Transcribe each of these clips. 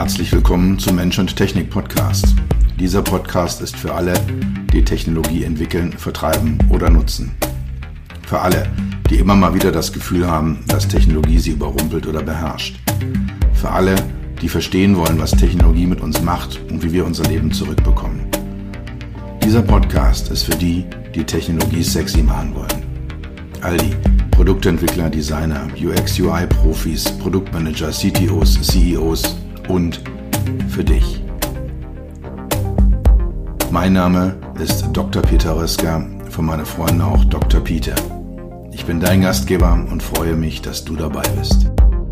Herzlich willkommen zum Mensch und Technik Podcast. Dieser Podcast ist für alle, die Technologie entwickeln, vertreiben oder nutzen. Für alle, die immer mal wieder das Gefühl haben, dass Technologie sie überrumpelt oder beherrscht. Für alle, die verstehen wollen, was Technologie mit uns macht und wie wir unser Leben zurückbekommen. Dieser Podcast ist für die, die Technologie sexy machen wollen. All die Produktentwickler, Designer, UX-UI-Profis, Produktmanager, CTOs, CEOs und für dich. Mein Name ist Dr. Peter Röska, von meinen Freunden auch Dr. Peter. Ich bin dein Gastgeber und freue mich, dass du dabei bist.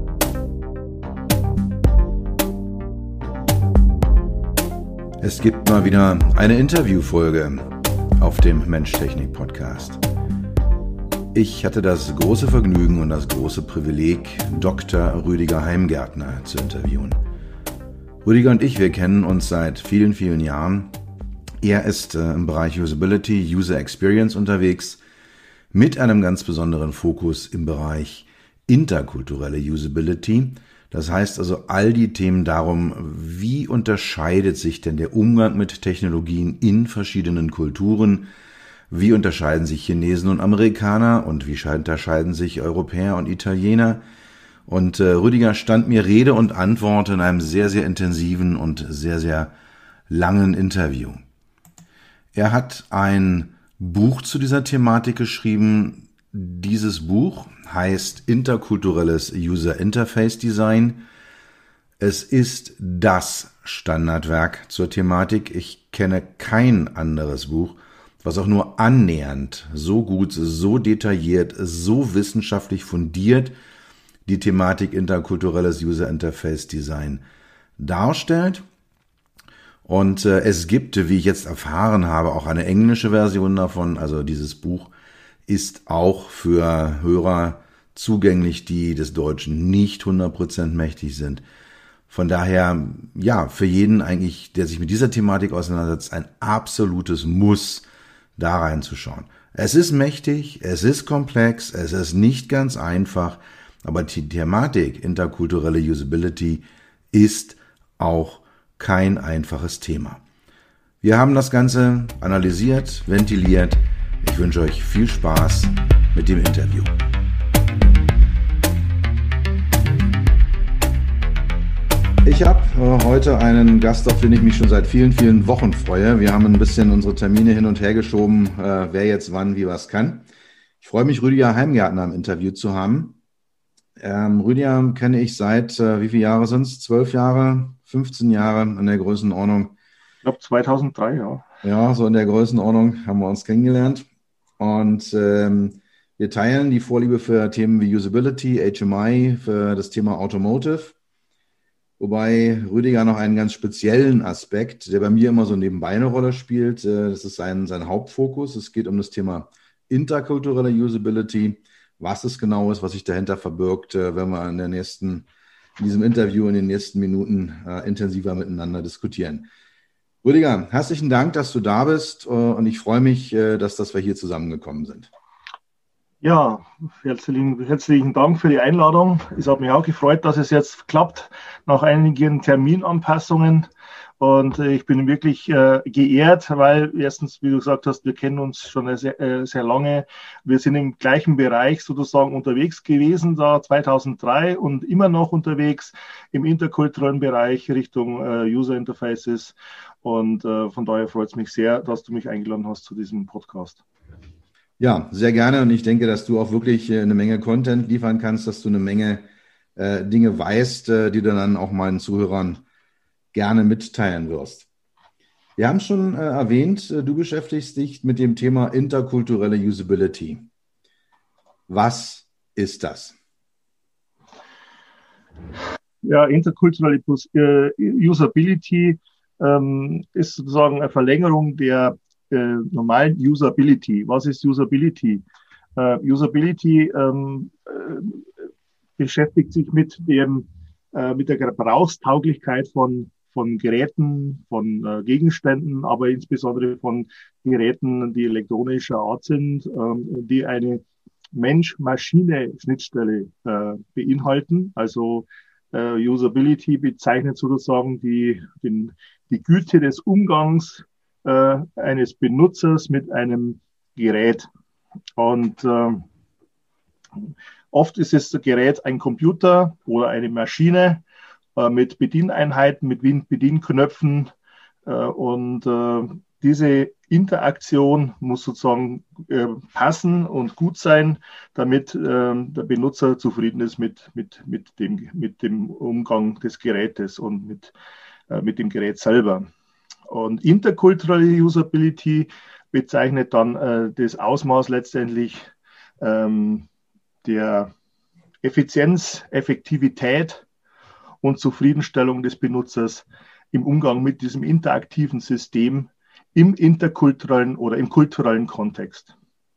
Es gibt mal wieder eine Interviewfolge auf dem Mensch-Technik-Podcast. Ich hatte das große Vergnügen und das große Privileg, Dr. Rüdiger Heimgärtner zu interviewen. Rüdiger und ich, wir kennen uns seit vielen, vielen Jahren. Er ist im Bereich Usability, User Experience unterwegs, mit einem ganz besonderen Fokus im Bereich interkulturelle Usability. Das heißt also all die Themen darum, wie unterscheidet sich denn der Umgang mit Technologien in verschiedenen Kulturen? Wie unterscheiden sich Chinesen und Amerikaner und wie unterscheiden sich Europäer und Italiener? Und Rüdiger stand mir Rede und Antwort in einem sehr, sehr intensiven und sehr, sehr langen Interview. Er hat ein Buch zu dieser Thematik geschrieben. Dieses Buch heißt Interkulturelles User Interface Design. Es ist das Standardwerk zur Thematik. Ich kenne kein anderes Buch, was auch nur annähernd so gut, so detailliert, so wissenschaftlich fundiert die Thematik interkulturelles User Interface Design darstellt. Und es gibt, wie ich jetzt erfahren habe, auch eine englische Version davon. Also dieses Buch ist auch für Hörer zugänglich, die des Deutschen nicht 100% mächtig sind. Von daher, ja, für jeden eigentlich, der sich mit dieser Thematik auseinandersetzt, ein absolutes Muss, da reinzuschauen. Es ist mächtig, es ist komplex, es ist nicht ganz einfach, aber die Thematik interkulturelle Usability ist auch kein einfaches Thema. Wir haben das Ganze analysiert, ventiliert. Ich wünsche euch viel Spaß mit dem Interview. Ich habe heute einen Gast, auf den ich mich schon seit vielen, vielen Wochen freue. Wir haben ein bisschen unsere Termine hin und her geschoben, wer jetzt wann wie was kann. Ich freue mich, Rüdiger Heimgärtner im Interview zu haben. Rüdiger kenne ich seit, wie viele Jahre sind es? 12 Jahre, 15 Jahre in der Größenordnung. Ich glaube 2003, ja. Ja, so in der Größenordnung haben wir uns kennengelernt. Und wir teilen die Vorliebe für Themen wie Usability, HMI, für das Thema Automotive. Wobei Rüdiger noch einen ganz speziellen Aspekt, der bei mir immer so nebenbei eine Rolle spielt. Das ist sein Hauptfokus. Es geht um das Thema interkulturelle Usability. Was es genau ist, was sich dahinter verbirgt, werden wir in diesem Interview in den nächsten Minuten intensiver miteinander diskutieren. Rüdiger, herzlichen Dank, dass du da bist und ich freue mich, dass wir hier zusammengekommen sind. Ja, herzlichen Dank für die Einladung. Es hat mich auch gefreut, dass es jetzt klappt nach einigen Terminanpassungen. Und ich bin wirklich geehrt, weil erstens, wie du gesagt hast, wir kennen uns schon sehr, sehr lange. Wir sind im gleichen Bereich sozusagen unterwegs gewesen, da 2003 und immer noch unterwegs im interkulturellen Bereich Richtung User Interfaces. Und von daher freut es mich sehr, dass du mich eingeladen hast zu diesem Podcast. Ja, sehr gerne. Und ich denke, dass du auch wirklich eine Menge Content liefern kannst, dass du eine Menge Dinge weißt, die du dann auch meinen Zuhörern gerne mitteilen wirst. Wir haben schon erwähnt, du beschäftigst dich mit dem Thema interkulturelle Usability. Was ist das? Ja, interkulturelle Usability ist sozusagen eine Verlängerung der normalen Usability. Was ist Usability? Usability beschäftigt sich mit der Gebrauchstauglichkeit von Geräten, von Gegenständen, aber insbesondere von Geräten, die elektronischer Art sind, die eine Mensch-Maschine-Schnittstelle beinhalten. Also Usability bezeichnet sozusagen die Güte des Umgangs eines Benutzers mit einem Gerät. Und oft ist das Gerät ein Computer oder eine Maschine mit Bedieneinheiten, mit Bedienknöpfen und diese Interaktion muss sozusagen passen und gut sein, damit der Benutzer zufrieden ist mit dem Umgang des Gerätes und mit dem Gerät selber. Und interkulturelle Usability bezeichnet dann das Ausmaß letztendlich der Effizienz, Effektivität und Zufriedenstellung des Benutzers im Umgang mit diesem interaktiven System im interkulturellen oder im kulturellen Kontext.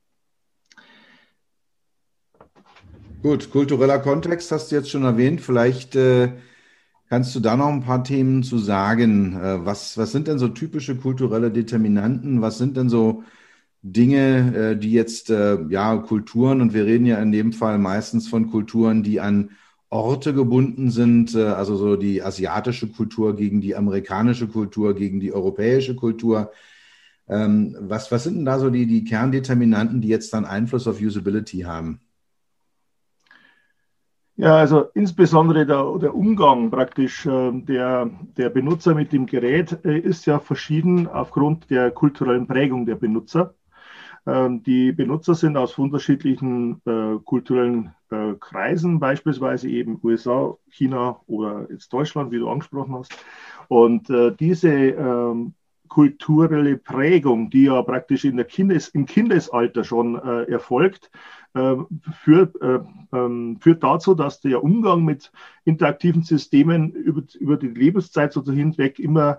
Gut, kultureller Kontext hast du jetzt schon erwähnt. Vielleicht kannst du da noch ein paar Themen zu sagen. Was sind denn so typische kulturelle Determinanten? Was sind denn so Dinge, die jetzt Kulturen, und wir reden ja in dem Fall meistens von Kulturen, die an Orte gebunden sind, also so die asiatische Kultur gegen die amerikanische Kultur, gegen die europäische Kultur. Was sind denn da so die Kerndeterminanten, die jetzt dann Einfluss auf Usability haben? Ja, also insbesondere der Umgang praktisch der Benutzer mit dem Gerät ist ja verschieden aufgrund der kulturellen Prägung der Benutzer. Die Benutzer sind aus unterschiedlichen kulturellen Kreisen, beispielsweise eben USA, China oder jetzt Deutschland, wie du angesprochen hast. Und diese kulturelle Prägung, die ja praktisch im Kindesalter schon erfolgt, führt dazu, dass der Umgang mit interaktiven Systemen über die Lebenszeit so hinweg immer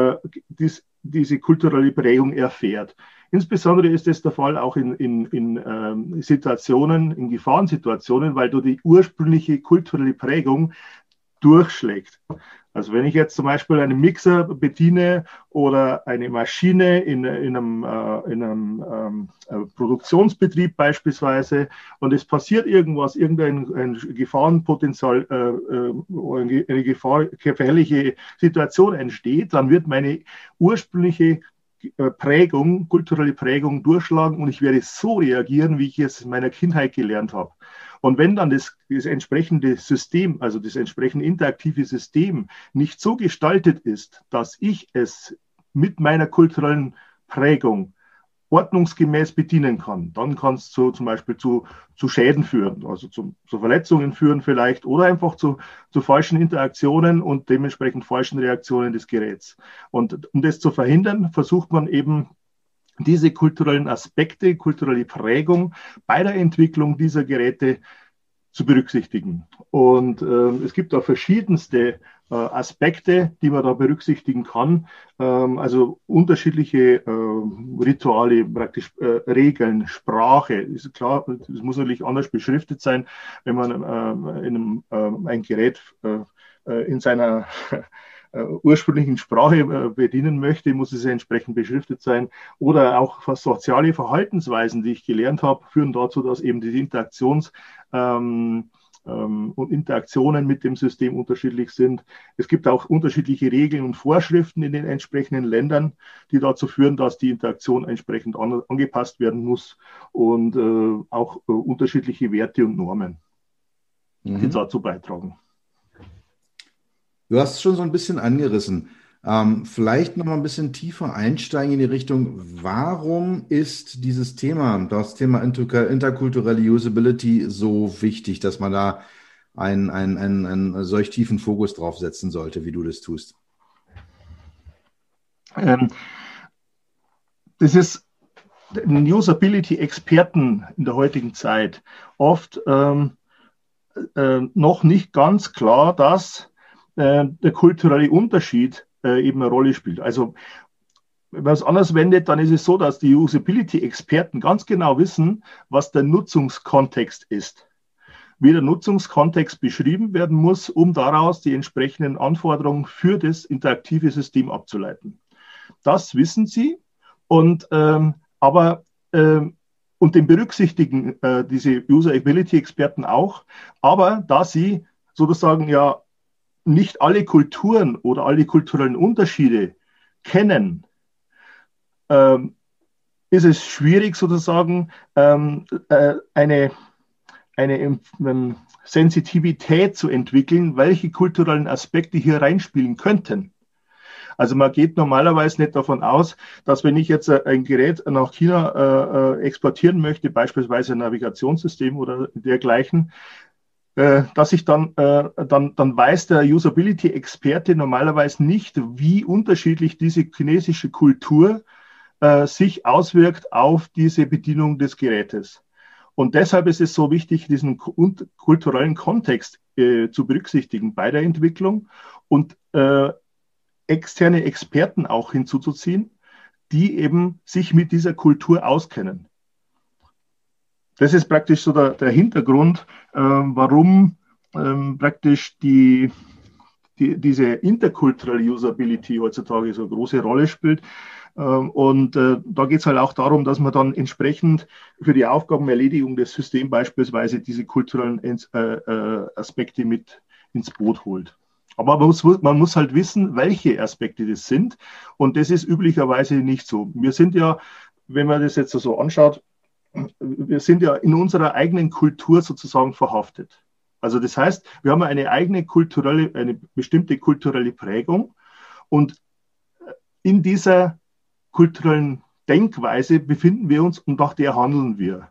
diese kulturelle Prägung erfährt. Insbesondere ist das der Fall auch in Situationen, in Gefahrensituationen, weil die ursprüngliche kulturelle Prägung durchschlägt. Also wenn ich jetzt zum Beispiel einen Mixer bediene oder eine Maschine in einem Produktionsbetrieb beispielsweise und es passiert irgendwas, irgendein Gefahrenpotenzial, eine gefährliche Situation entsteht, dann wird meine ursprüngliche Prägung, kulturelle Prägung durchschlagen und ich werde so reagieren, wie ich es in meiner Kindheit gelernt habe. Und wenn dann das entsprechende System, also das entsprechende interaktive System nicht so gestaltet ist, dass ich es mit meiner kulturellen Prägung ordnungsgemäß bedienen kann, dann kann es zum Beispiel zu Schäden führen, also zu Verletzungen führen vielleicht oder einfach zu falschen Interaktionen und dementsprechend falschen Reaktionen des Geräts. Und um das zu verhindern, versucht man eben diese kulturellen Aspekte, kulturelle Prägung bei der Entwicklung dieser Geräte zu berücksichtigen. Und es gibt da verschiedenste Aspekte, die man da berücksichtigen kann. Also unterschiedliche Rituale, praktisch Regeln, Sprache. Ist klar, es muss natürlich anders beschriftet sein, wenn man ein Gerät in seiner ursprünglichen Sprache bedienen möchte, muss es entsprechend beschriftet sein. Oder auch soziale Verhaltensweisen, die ich gelernt habe, führen dazu, dass eben die und Interaktionen mit dem System unterschiedlich sind. Es gibt auch unterschiedliche Regeln und Vorschriften in den entsprechenden Ländern, die dazu führen, dass die Interaktion entsprechend angepasst werden muss und auch unterschiedliche Werte und Normen, die dazu beitragen. Du hast es schon so ein bisschen angerissen. Vielleicht noch mal ein bisschen tiefer einsteigen in die Richtung, warum ist dieses Thema, das Thema interkulturelle Usability so wichtig, dass man da einen solch tiefen Fokus drauf setzen sollte, wie du das tust? Das ist den Usability-Experten in der heutigen Zeit oft noch nicht ganz klar, dass der kulturelle Unterschied eben eine Rolle spielt. Also wenn man es anders wendet, dann ist es so, dass die Usability-Experten ganz genau wissen, was der Nutzungskontext ist. Wie der Nutzungskontext beschrieben werden muss, um daraus die entsprechenden Anforderungen für das interaktive System abzuleiten. Das wissen sie und den berücksichtigen diese Usability-Experten auch, aber da sie sozusagen ja nicht alle Kulturen oder alle kulturellen Unterschiede kennen, ist es schwierig sozusagen eine Sensitivität zu entwickeln, welche kulturellen Aspekte hier reinspielen könnten. Also man geht normalerweise nicht davon aus, dass wenn ich jetzt ein Gerät nach China exportieren möchte, beispielsweise ein Navigationssystem oder dergleichen, dass ich dann weiß der Usability-Experte normalerweise nicht, wie unterschiedlich diese chinesische Kultur sich auswirkt auf diese Bedienung des Gerätes. Und deshalb ist es so wichtig, diesen kulturellen Kontext zu berücksichtigen bei der Entwicklung und externe Experten auch hinzuzuziehen, die eben sich mit dieser Kultur auskennen. Das ist praktisch so der Hintergrund, warum praktisch diese interkulturelle Usability heutzutage so eine große Rolle spielt. Und da geht es halt auch darum, dass man dann entsprechend für die Aufgabenerledigung des Systems beispielsweise diese kulturellen Aspekte mit ins Boot holt. Aber man muss halt wissen, welche Aspekte das sind. Und das ist üblicherweise nicht so. Wir sind ja, wenn man das jetzt so anschaut, wir sind ja in unserer eigenen Kultur sozusagen verhaftet. Also das heißt, wir haben eine bestimmte kulturelle Prägung und in dieser kulturellen Denkweise befinden wir uns und nach der handeln wir.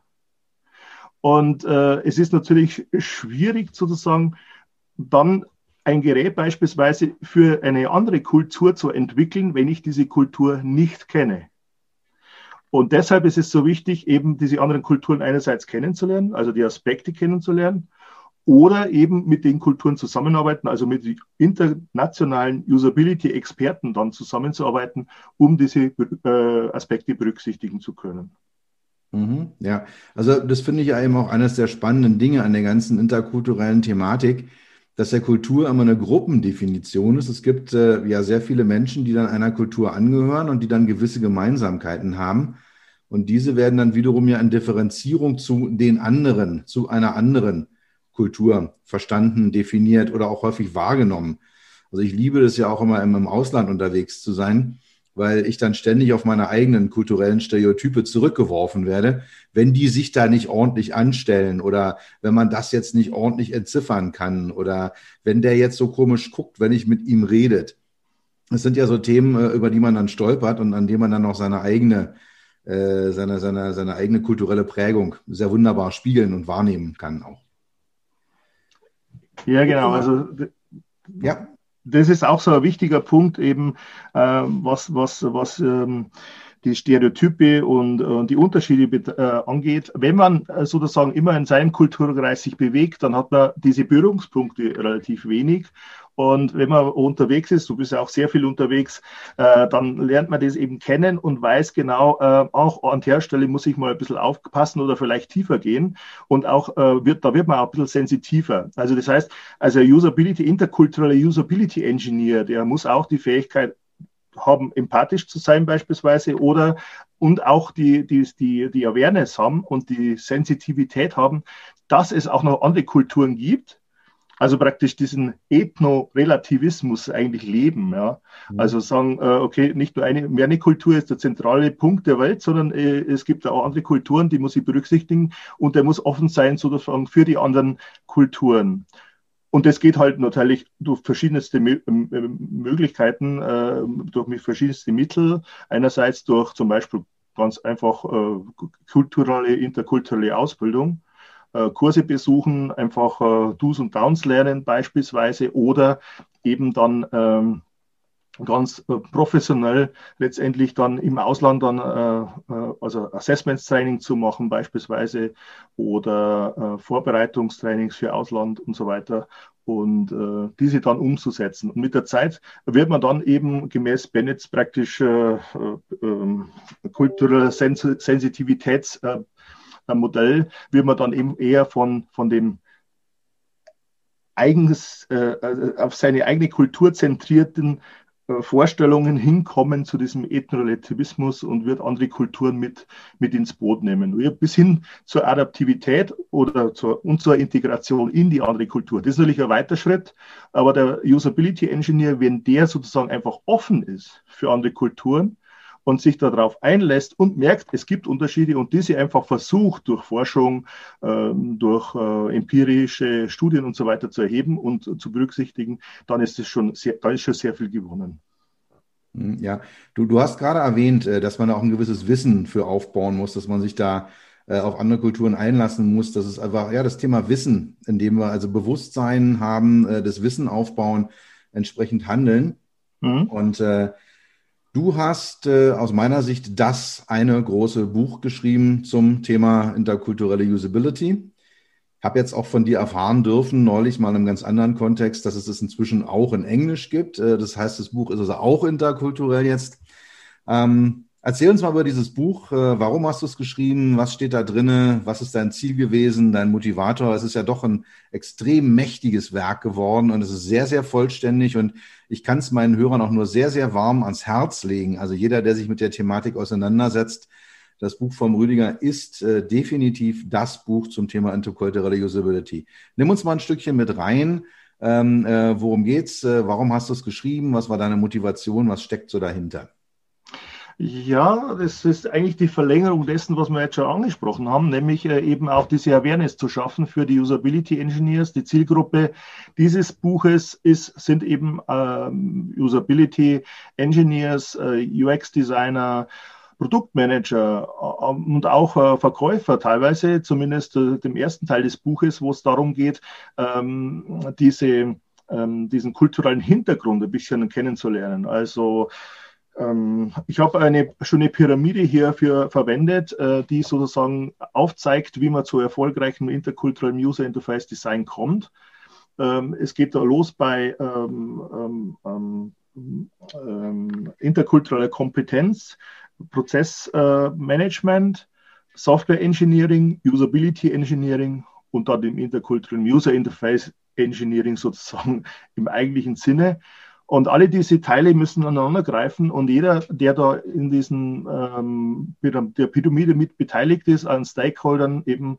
Und es ist natürlich schwierig sozusagen dann ein Gerät beispielsweise für eine andere Kultur zu entwickeln, wenn ich diese Kultur nicht kenne. Und deshalb ist es so wichtig, eben diese anderen Kulturen einerseits kennenzulernen, also die Aspekte kennenzulernen, oder eben mit den Kulturen zusammenarbeiten, also mit internationalen Usability-Experten dann zusammenzuarbeiten, um diese Aspekte berücksichtigen zu können. Ja, also das finde ich ja eben auch eines der spannenden Dinge an der ganzen interkulturellen Thematik, dass der Kultur immer eine Gruppendefinition ist. Es gibt ja sehr viele Menschen, die dann einer Kultur angehören und die dann gewisse Gemeinsamkeiten haben. Und diese werden dann wiederum ja in Differenzierung zu den anderen, zu einer anderen Kultur verstanden, definiert oder auch häufig wahrgenommen. Also ich liebe das ja auch immer im Ausland unterwegs zu sein, weil ich dann ständig auf meine eigenen kulturellen Stereotype zurückgeworfen werde, wenn die sich da nicht ordentlich anstellen oder wenn man das jetzt nicht ordentlich entziffern kann oder wenn der jetzt so komisch guckt, wenn ich mit ihm redet. Das sind ja so Themen, über die man dann stolpert und an denen man dann auch seine eigene kulturelle Prägung sehr wunderbar spiegeln und wahrnehmen kann auch. Ja, genau. Also ja. Das ist auch so ein wichtiger Punkt, eben was die Stereotype und die Unterschiede angeht. Wenn man sozusagen immer in seinem Kulturkreis sich bewegt, dann hat man diese Berührungspunkte relativ wenig. Und wenn man unterwegs ist, du bist ja auch sehr viel unterwegs, dann lernt man das eben kennen und weiß genau, auch an der Stelle muss ich mal ein bisschen aufpassen oder vielleicht tiefer gehen. Und auch da wird man auch ein bisschen sensitiver. Also das heißt, also interkulturelle Usability Engineer, der muss auch die Fähigkeit haben, empathisch zu sein beispielsweise und auch die Awareness haben und die Sensitivität haben, dass es auch noch andere Kulturen gibt. Also praktisch diesen Ethno-Relativismus eigentlich leben. Ja? Also sagen, okay, nicht nur eine Kultur ist der zentrale Punkt der Welt, sondern es gibt auch andere Kulturen, die muss ich berücksichtigen und der muss offen sein sozusagen für die anderen Kulturen. Und das geht halt natürlich durch verschiedenste Möglichkeiten, durch verschiedenste Mittel. Einerseits durch zum Beispiel ganz einfach interkulturelle Ausbildung. Kurse besuchen, einfach Do's und Don'ts lernen beispielsweise oder eben dann ganz professionell letztendlich dann im Ausland dann also Assessments-Training zu machen beispielsweise oder Vorbereitungstrainings für Ausland und so weiter und diese dann umzusetzen. Und mit der Zeit wird man dann eben gemäß Bennett's praktisch kulturelle Sensitivitätsmodell wird man dann eben eher von dem auf seine eigene Kultur zentrierten Vorstellungen hinkommen zu diesem Ethnorelativismus und wird andere Kulturen mit ins Boot nehmen. Bis hin zur Adaptivität zur Integration in die andere Kultur. Das ist natürlich ein weiter Schritt, aber der Usability Engineer, wenn der sozusagen einfach offen ist für andere Kulturen und sich darauf einlässt und merkt, es gibt Unterschiede und diese einfach versucht, durch Forschung, durch empirische Studien und so weiter zu erheben und zu berücksichtigen, dann ist schon sehr viel gewonnen. Ja, du hast gerade erwähnt, dass man da auch ein gewisses Wissen für aufbauen muss, dass man sich da auf andere Kulturen einlassen muss. Das ist einfach, ja, das Thema Wissen, indem wir also Bewusstsein haben, das Wissen aufbauen, entsprechend handeln. Und du hast aus meiner Sicht das eine große Buch geschrieben zum Thema interkulturelle Usability. Habe jetzt auch von dir erfahren dürfen, neulich mal in einem ganz anderen Kontext, dass es das inzwischen auch in Englisch gibt. Das heißt, das Buch ist also auch interkulturell jetzt. Erzähl uns mal über dieses Buch. Warum hast du es geschrieben? Was steht da drin? Was ist dein Ziel gewesen, dein Motivator? Es ist ja doch ein extrem mächtiges Werk geworden und es ist sehr, sehr vollständig und ich kann es meinen Hörern auch nur sehr, sehr warm ans Herz legen. Also jeder, der sich mit der Thematik auseinandersetzt, das Buch vom Rüdiger ist definitiv das Buch zum Thema interkulturelle Usability. Nimm uns mal ein Stückchen mit rein. Worum geht's? Warum hast du es geschrieben? Was war deine Motivation? Was steckt so dahinter? Ja, das ist eigentlich die Verlängerung dessen, was wir jetzt schon angesprochen haben, nämlich eben auch diese Awareness zu schaffen für die Usability Engineers. Die Zielgruppe dieses Buches sind eben Usability Engineers, UX-Designer, Produktmanager und auch Verkäufer teilweise, zumindest dem ersten Teil des Buches, wo es darum geht, diesen kulturellen Hintergrund ein bisschen kennenzulernen. Also ich habe eine schöne Pyramide hierfür verwendet, die sozusagen aufzeigt, wie man zu erfolgreichem interkulturellem User Interface Design kommt. Es geht da los bei interkultureller Kompetenz, Prozessmanagement, Software Engineering, Usability Engineering und dann dem interkulturellen User Interface Engineering sozusagen im eigentlichen Sinne. Und alle diese Teile müssen aneinander greifen und jeder, der da in der Pyramide mit beteiligt ist, an Stakeholdern eben,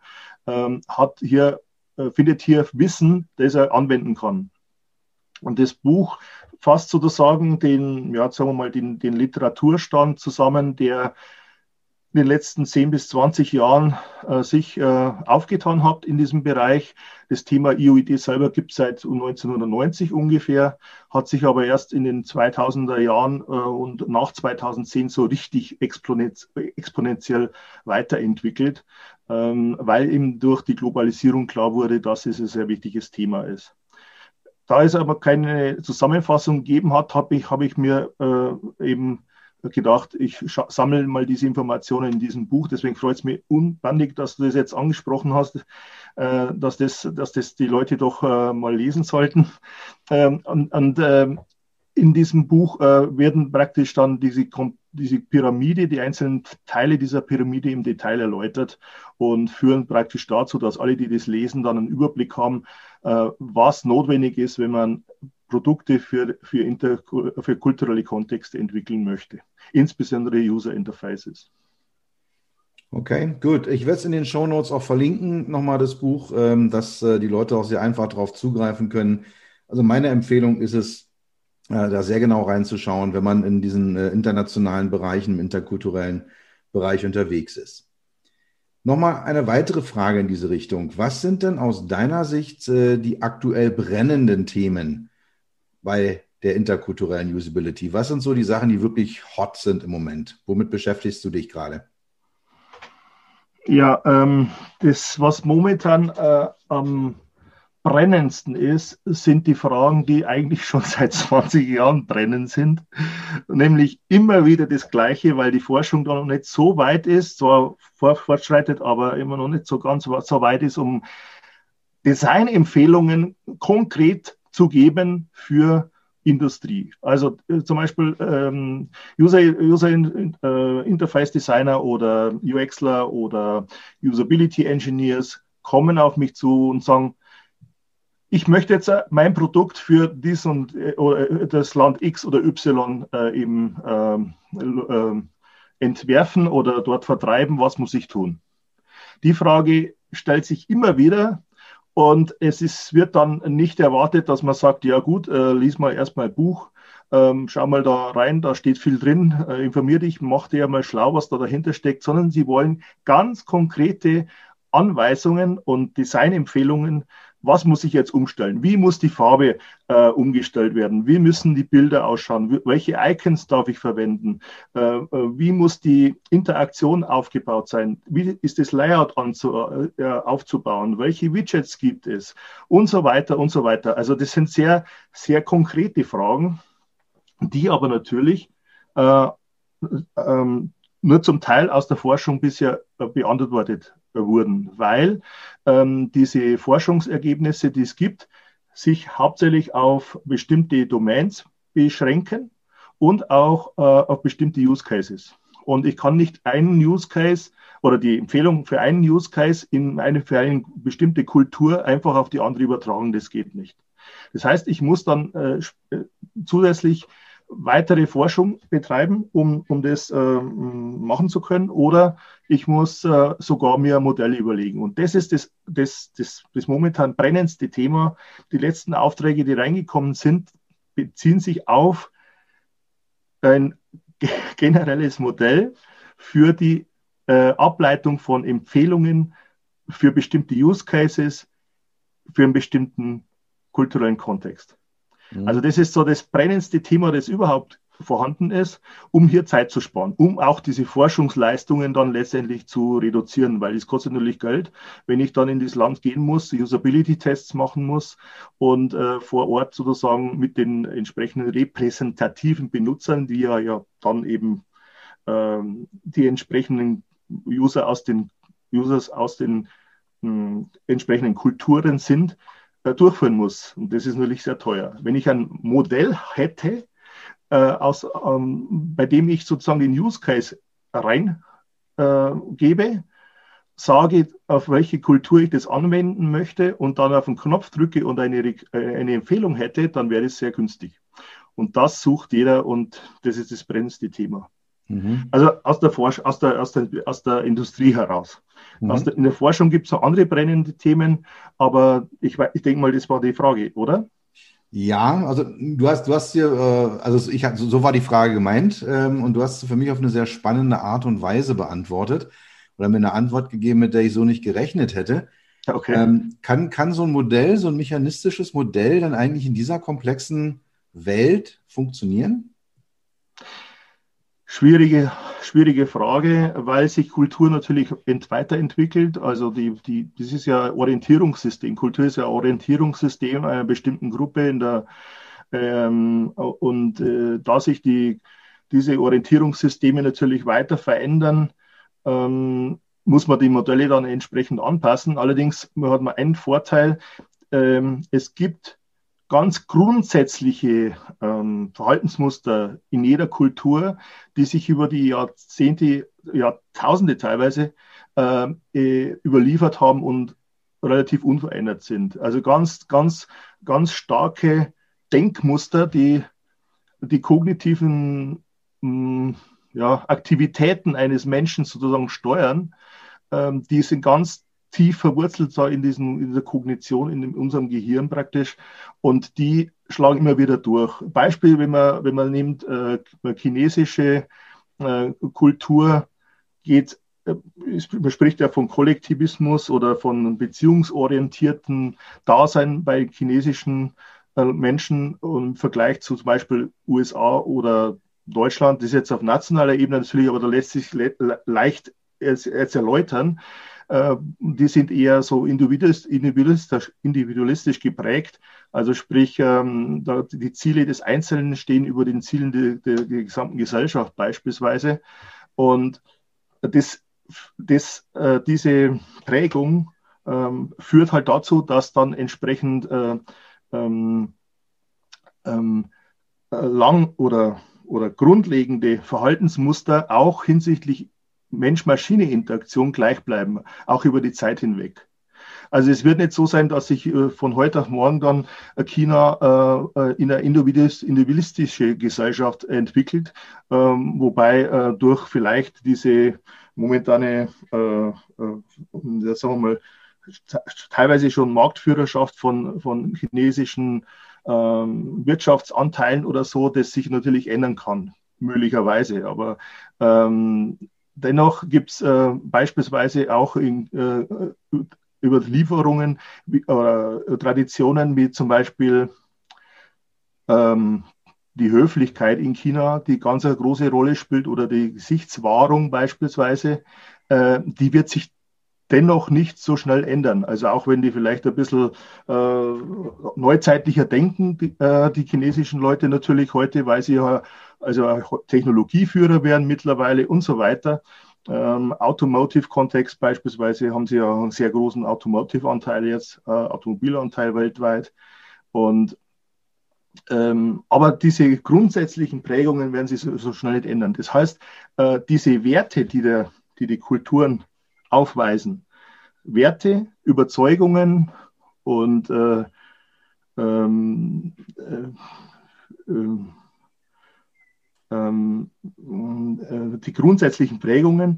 findet hier Wissen, das er anwenden kann. Und das Buch fasst sozusagen den Literaturstand zusammen, der in den letzten 10 bis 20 Jahren sich aufgetan hat in diesem Bereich. Das Thema IOID selber gibt es seit 1990 ungefähr, hat sich aber erst in den 2000er Jahren und nach 2010 so richtig exponentiell weiterentwickelt, weil eben durch die Globalisierung klar wurde, dass es ein sehr wichtiges Thema ist. Da es aber keine Zusammenfassung gegeben hat, habe ich mir eben gedacht, ich sammle mal diese Informationen in diesem Buch. Deswegen freut es mich unbändig, dass du das jetzt angesprochen hast, dass das die Leute doch mal lesen sollten. In diesem Buch werden praktisch dann diese Pyramide, die einzelnen Teile dieser Pyramide im Detail erläutert und führen praktisch dazu, dass alle, die das lesen, dann einen Überblick haben, was notwendig ist, wenn man Produkte für kulturelle Kontexte entwickeln möchte, insbesondere User Interfaces. Okay, gut. Ich werde es in den Shownotes auch verlinken, nochmal das Buch, dass die Leute auch sehr einfach darauf zugreifen können. Also meine Empfehlung ist es, da sehr genau reinzuschauen, wenn man in diesen internationalen Bereichen, im interkulturellen Bereich unterwegs ist. Nochmal eine weitere Frage in diese Richtung. Was sind denn aus deiner Sicht die aktuell brennenden Themen bei der interkulturellen Usability? Was sind so die Sachen, die wirklich hot sind im Moment? Womit beschäftigst du dich gerade? Ja, das, was momentan am brennendsten ist, sind die Fragen, die eigentlich schon seit 20 Jahren brennend sind. Nämlich immer wieder das Gleiche, weil die Forschung da noch nicht so weit ist, zwar fortschreitet, aber immer noch nicht so ganz so weit ist, um Designempfehlungen konkret zu geben für Industrie. Also zum Beispiel User Interface Designer oder UXler oder Usability Engineers kommen auf mich zu und sagen, ich möchte jetzt mein Produkt für dies und oder das Land X oder Y entwerfen oder dort vertreiben. Was muss ich tun? Die Frage stellt sich immer wieder. Und wird dann nicht erwartet, dass man sagt, ja gut, lies mal erstmal ein Buch, schau mal da rein, da steht viel drin, informier dich, mach dir mal schlau, was da dahinter steckt, sondern sie wollen ganz konkrete Anweisungen und Designempfehlungen. Was muss ich jetzt umstellen? Wie muss die Farbe umgestellt werden? Wie müssen die Bilder ausschauen? Welche Icons darf ich verwenden? Wie muss die Interaktion aufgebaut sein? Wie ist das Layout aufzubauen? Welche Widgets gibt es? Und so weiter und so weiter. Also das sind sehr, sehr konkrete Fragen, die aber natürlich nur zum Teil aus der Forschung bisher beantwortet wurden, weil diese Forschungsergebnisse, die es gibt, sich hauptsächlich auf bestimmte Domains beschränken und auch auf bestimmte Use Cases. Und ich kann nicht einen Use Case oder die Empfehlung für einen Use Case für eine bestimmte Kultur einfach auf die andere übertragen. Das geht nicht. Das heißt, ich muss dann zusätzlich weitere Forschung betreiben, um das machen zu können, oder ich muss sogar mir Modelle überlegen. Und das ist das momentan brennendste Thema. Die letzten Aufträge, die reingekommen sind, beziehen sich auf ein generelles Modell für die Ableitung von Empfehlungen für bestimmte Use Cases, für einen bestimmten kulturellen Kontext. Also das ist so das brennendste Thema, das überhaupt vorhanden ist, um hier Zeit zu sparen, um auch diese Forschungsleistungen dann letztendlich zu reduzieren, weil es kostet natürlich Geld, wenn ich dann in das Land gehen muss, Usability-Tests machen muss und vor Ort sozusagen mit den entsprechenden repräsentativen Benutzern, die ja dann eben die entsprechenden Users aus den entsprechenden Kulturen sind, durchführen muss. Und das ist natürlich sehr teuer. Wenn ich ein Modell hätte, bei dem ich sozusagen den Use Case reingebe, sage, auf welche Kultur ich das anwenden möchte und dann auf den Knopf drücke und eine Empfehlung hätte, dann wäre es sehr günstig. Und das sucht jeder und das ist das brennendste Thema. Also aus der Industrie heraus. In der Forschung gibt es noch andere brennende Themen, aber ich denke mal, das war die Frage, oder? Ja, also du hast hier, so war die Frage gemeint, und du hast sie für mich auf eine sehr spannende Art und Weise beantwortet oder mir eine Antwort gegeben, mit der ich so nicht gerechnet hätte. Okay. Kann so ein Modell, so ein mechanistisches Modell dann eigentlich in dieser komplexen Welt funktionieren? Schwierige Frage, weil sich Kultur natürlich weiterentwickelt. Also das ist ja Orientierungssystem. Kultur ist ja Orientierungssystem einer bestimmten Gruppe da sich diese Orientierungssysteme natürlich weiter verändern, muss man die Modelle dann entsprechend anpassen. Allerdings hat man einen Vorteil, es gibt ganz grundsätzliche Verhaltensmuster in jeder Kultur, die sich über die Jahrzehnte, Jahrtausende teilweise überliefert haben und relativ unverändert sind. Also ganz, ganz, ganz starke Denkmuster, die kognitiven Aktivitäten eines Menschen sozusagen steuern, die sind ganz tief verwurzelt in dieser Kognition, in unserem Gehirn praktisch, und die schlagen immer wieder durch. Beispiel, wenn man nimmt, chinesische Kultur man spricht ja von Kollektivismus oder von beziehungsorientierten Dasein bei chinesischen Menschen im Vergleich zu zum Beispiel USA oder Deutschland. Das ist jetzt auf nationaler Ebene natürlich, aber da lässt sich leicht jetzt erläutern. Die sind eher so individualistisch geprägt. Also sprich, die Ziele des Einzelnen stehen über den Zielen der gesamten Gesellschaft beispielsweise. Und diese Prägung führt halt dazu, dass dann entsprechend lang oder grundlegende Verhaltensmuster auch hinsichtlich Mensch-Maschine-Interaktion gleich bleiben, auch über die Zeit hinweg. Also es wird nicht so sein, dass sich von heute auf morgen dann China in eine individualistische Gesellschaft entwickelt, wobei durch vielleicht diese momentane, sagen wir mal, teilweise schon Marktführerschaft von chinesischen Wirtschaftsanteilen oder so, das sich natürlich ändern kann, möglicherweise. Aber dennoch gibt es beispielsweise auch Überlieferungen oder Traditionen wie zum Beispiel die Höflichkeit in China, die ganz eine große Rolle spielt, oder die Gesichtswahrung beispielsweise, die wird sich dennoch nicht so schnell ändern. Also auch wenn die vielleicht ein bisschen neuzeitlicher denken, die chinesischen Leute natürlich heute, weil sie ja also Technologieführer werden mittlerweile und so weiter. Automotive-Kontext beispielsweise haben sie ja einen sehr großen Automotive-Anteil jetzt, Automobilanteil weltweit. Und aber diese grundsätzlichen Prägungen werden sich so schnell nicht ändern. Das heißt, diese Werte, die Kulturen aufweisen, Werte, Überzeugungen und die grundsätzlichen Prägungen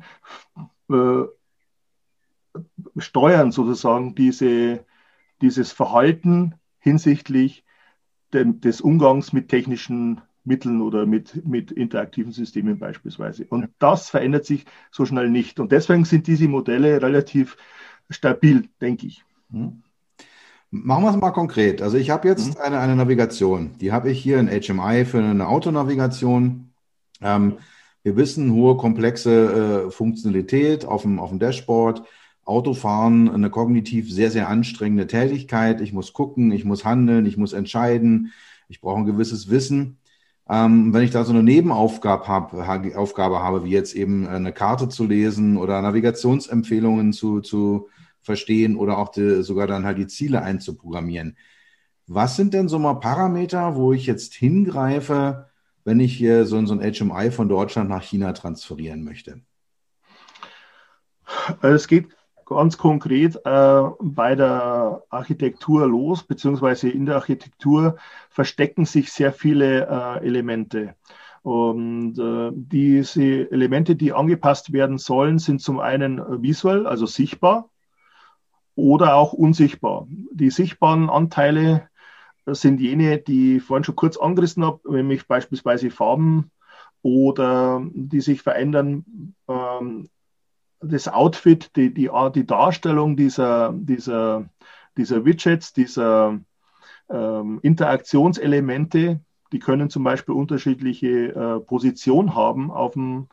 steuern sozusagen dieses Verhalten hinsichtlich des Umgangs mit technischen Mitteln oder mit interaktiven Systemen beispielsweise. Und das verändert sich so schnell nicht. Und deswegen sind diese Modelle relativ stabil, denke ich. Machen wir es mal konkret. Also ich habe jetzt eine Navigation. Die habe ich hier in HMI für eine Autonavigation. Wir wissen, hohe komplexe Funktionalität auf dem Dashboard. Autofahren, eine kognitiv sehr, sehr anstrengende Tätigkeit. Ich muss gucken, ich muss handeln, ich muss entscheiden. Ich brauche ein gewisses Wissen. Wenn ich da so eine Nebenaufgabe habe, wie jetzt eben eine Karte zu lesen oder Navigationsempfehlungen zu verstehen oder auch sogar dann halt die Ziele einzuprogrammieren. Was sind denn so mal Parameter, wo ich jetzt hingreife, wenn ich hier so ein HMI von Deutschland nach China transferieren möchte? Es geht ganz konkret bei der Architektur los, beziehungsweise in der Architektur verstecken sich sehr viele Elemente. Und diese Elemente, die angepasst werden sollen, sind zum einen visuell, also sichtbar, oder auch unsichtbar. Die sichtbaren Anteile sind jene, die ich vorhin schon kurz angerissen habe, nämlich beispielsweise Farben oder die sich verändern. Das Outfit, die Darstellung dieser Widgets, dieser Interaktionselemente, die können zum Beispiel unterschiedliche Positionen haben auf dem,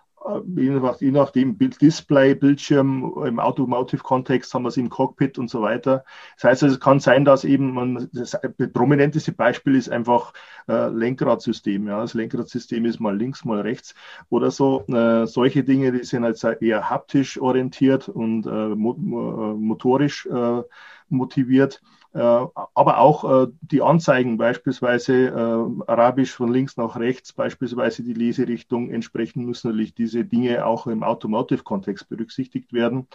je nachdem, Display, Bildschirm, im Automotive-Kontext haben wir es im Cockpit und so weiter. Das heißt, es kann sein, dass eben das prominenteste Beispiel ist einfach Lenkradsystem. Ja. Das Lenkradsystem ist mal links, mal rechts oder so. Solche Dinge, die sind halt eher haptisch orientiert und motorisch motiviert. Aber auch die Anzeigen, beispielsweise Arabisch von links nach rechts, beispielsweise die Leserichtung, entsprechend müssen natürlich diese Dinge auch im Automotive-Kontext berücksichtigt werden.